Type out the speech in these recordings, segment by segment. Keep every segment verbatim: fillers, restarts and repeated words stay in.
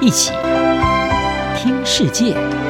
一起听世界。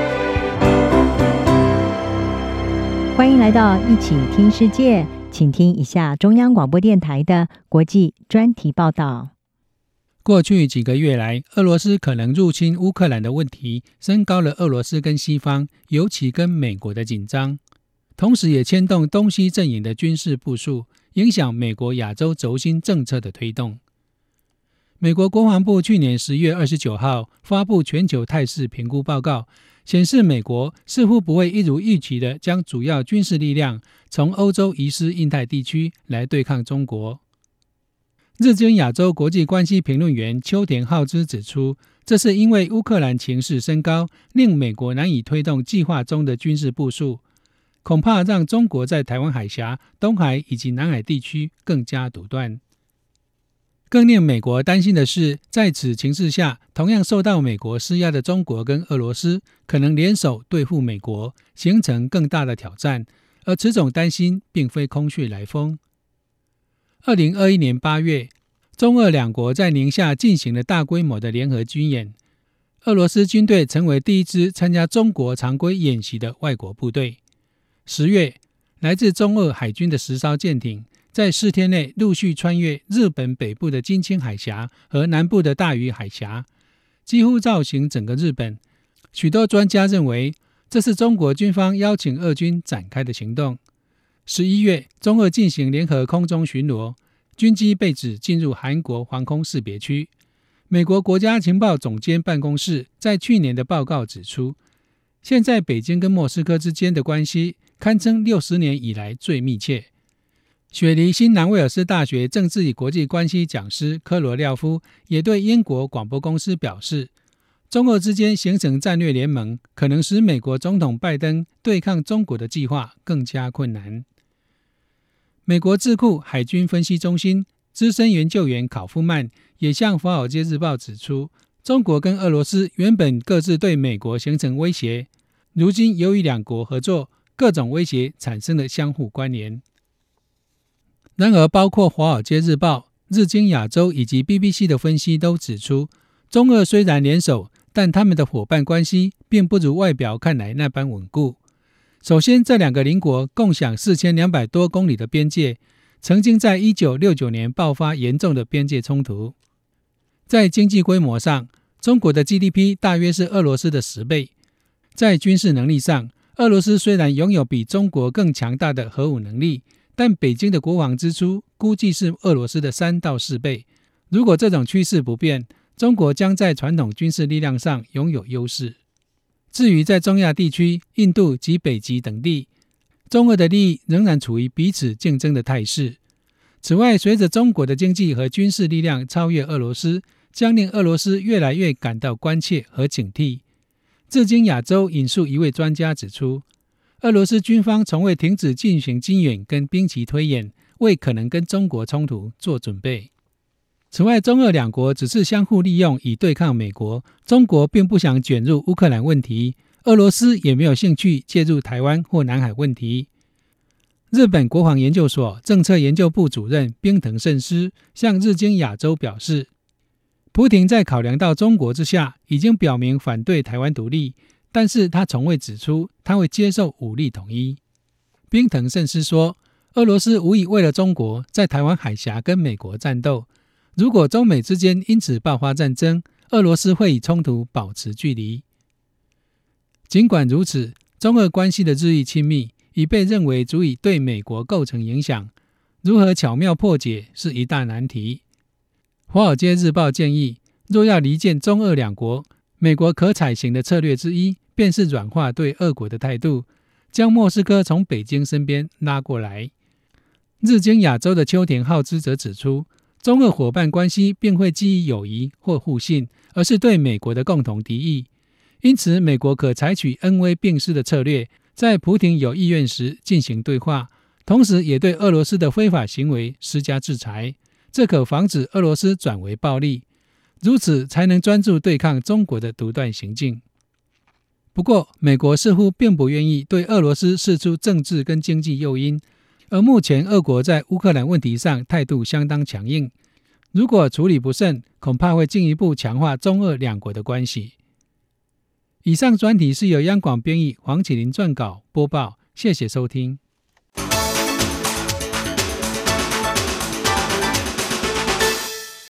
欢迎来到一起听世界，请听一下中央广播电台的国际专题报道。 过去几个月来，俄罗斯可能入侵乌克兰的问题升高了俄罗斯跟西方，尤其跟美国的紧张，同时也牵动东西阵营的军事部署，影响美国亚洲轴心政策的推动。美国国防部去年十月二十九号发布全球态势评估报告，显示美国似乎不会一如预期的将主要军事力量从欧洲移师印太地区来对抗中国。日经亚洲国际关系评论员秋田浩之指出，这是因为乌克兰情势升高，令美国难以推动计划中的军事部署，恐怕让中国在台湾海峡、东海以及南海地区更加独断。更令美国担心的是，在此情势下，同样受到美国施压的中国跟俄罗斯可能联手对付美国，形成更大的挑战，而此种担心并非空穴来风。二零二一年八月，中俄两国在宁夏进行了大规模的联合军演，俄罗斯军队成为第一支参加中国常规演习的外国部队。十月，来自中俄海军的十艘舰艇在四天内陆续穿越日本北部的津轻海峡和南部的大隅海峡，几乎绕行整个日本。许多专家认为，这是中国军方邀请俄军展开的行动。十一月，中俄进行联合空中巡逻，军机被指进入韩国防空识别区。美国国家情报总监办公室在去年的报告指出，现在北京跟莫斯科之间的关系堪称六十年以来最密切。雪梨新南威尔士大学政治与国际关系讲师科罗廖夫也对英国广播公司表示，中俄之间形成战略联盟，可能使美国总统拜登对抗中国的计划更加困难。美国智库海军分析中心资深研究员考夫曼也向《华尔街日报》指出，中国跟俄罗斯原本各自对美国形成威胁，如今由于两国合作，各种威胁产生了相互关联。然而，包括《华尔街日报》、日经亚洲以及 B B C 的分析都指出，中俄虽然联手，但他们的伙伴关系并不如外表看来那般稳固。首先，这两个邻国共享四千两百多公里的边界，曾经在一九六九年爆发严重的边界冲突。在经济规模上，中国的 G D P 大约是俄罗斯的十倍。在军事能力上，俄罗斯虽然拥有比中国更强大的核武能力，但北京的国防支出估计是俄罗斯的三到四倍。如果这种趋势不变，中国将在传统军事力量上拥有优势。至于在中亚地区、印度及北极等地，中俄的利益仍然处于彼此竞争的态势。此外，随着中国的经济和军事力量超越俄罗斯，将令俄罗斯越来越感到关切和警惕。日经亚洲引述一位专家指出，俄罗斯军方从未停止进行军演跟兵棋推演，为可能跟中国冲突做准备。此外，中俄两国只是相互利用以对抗美国，中国并不想卷入乌克兰问题，俄罗斯也没有兴趣介入台湾或南海问题。日本国防研究所政策研究部主任冰藤胜司向日经亚洲表示，普亭在考量到中国之下，已经表明反对台湾独立，但是他从未指出他会接受武力统一。冰藤胜司说，俄罗斯无意为了中国在台湾海峡跟美国战斗，如果中美之间因此爆发战争，俄罗斯会与冲突保持距离。尽管如此，中俄关系的日益亲密已被认为足以对美国构成影响，如何巧妙破解是一大难题。华尔街日报建议，若要离间中俄两国，美国可采行的策略之一便是软化对俄国的态度，将莫斯科从北京身边拉过来。日经亚洲的秋田浩之则指出，中俄伙伴关系并会基于友谊或互信，而是对美国的共同敌意。因此，美国可采取恩威并施的策略，在普亭有意愿时进行对话，同时也对俄罗斯的非法行为施加制裁，这可防止俄罗斯转为暴力，如此才能专注对抗中国的独断行径。不过，美国似乎并不愿意对俄罗斯释出政治跟经济诱因，而目前俄国在乌克兰问题上态度相当强硬。 如果处理不慎，恐怕会进一步强化中俄两国的关系。以上专题是由央广编译黄启麟撰稿播报，谢谢收听。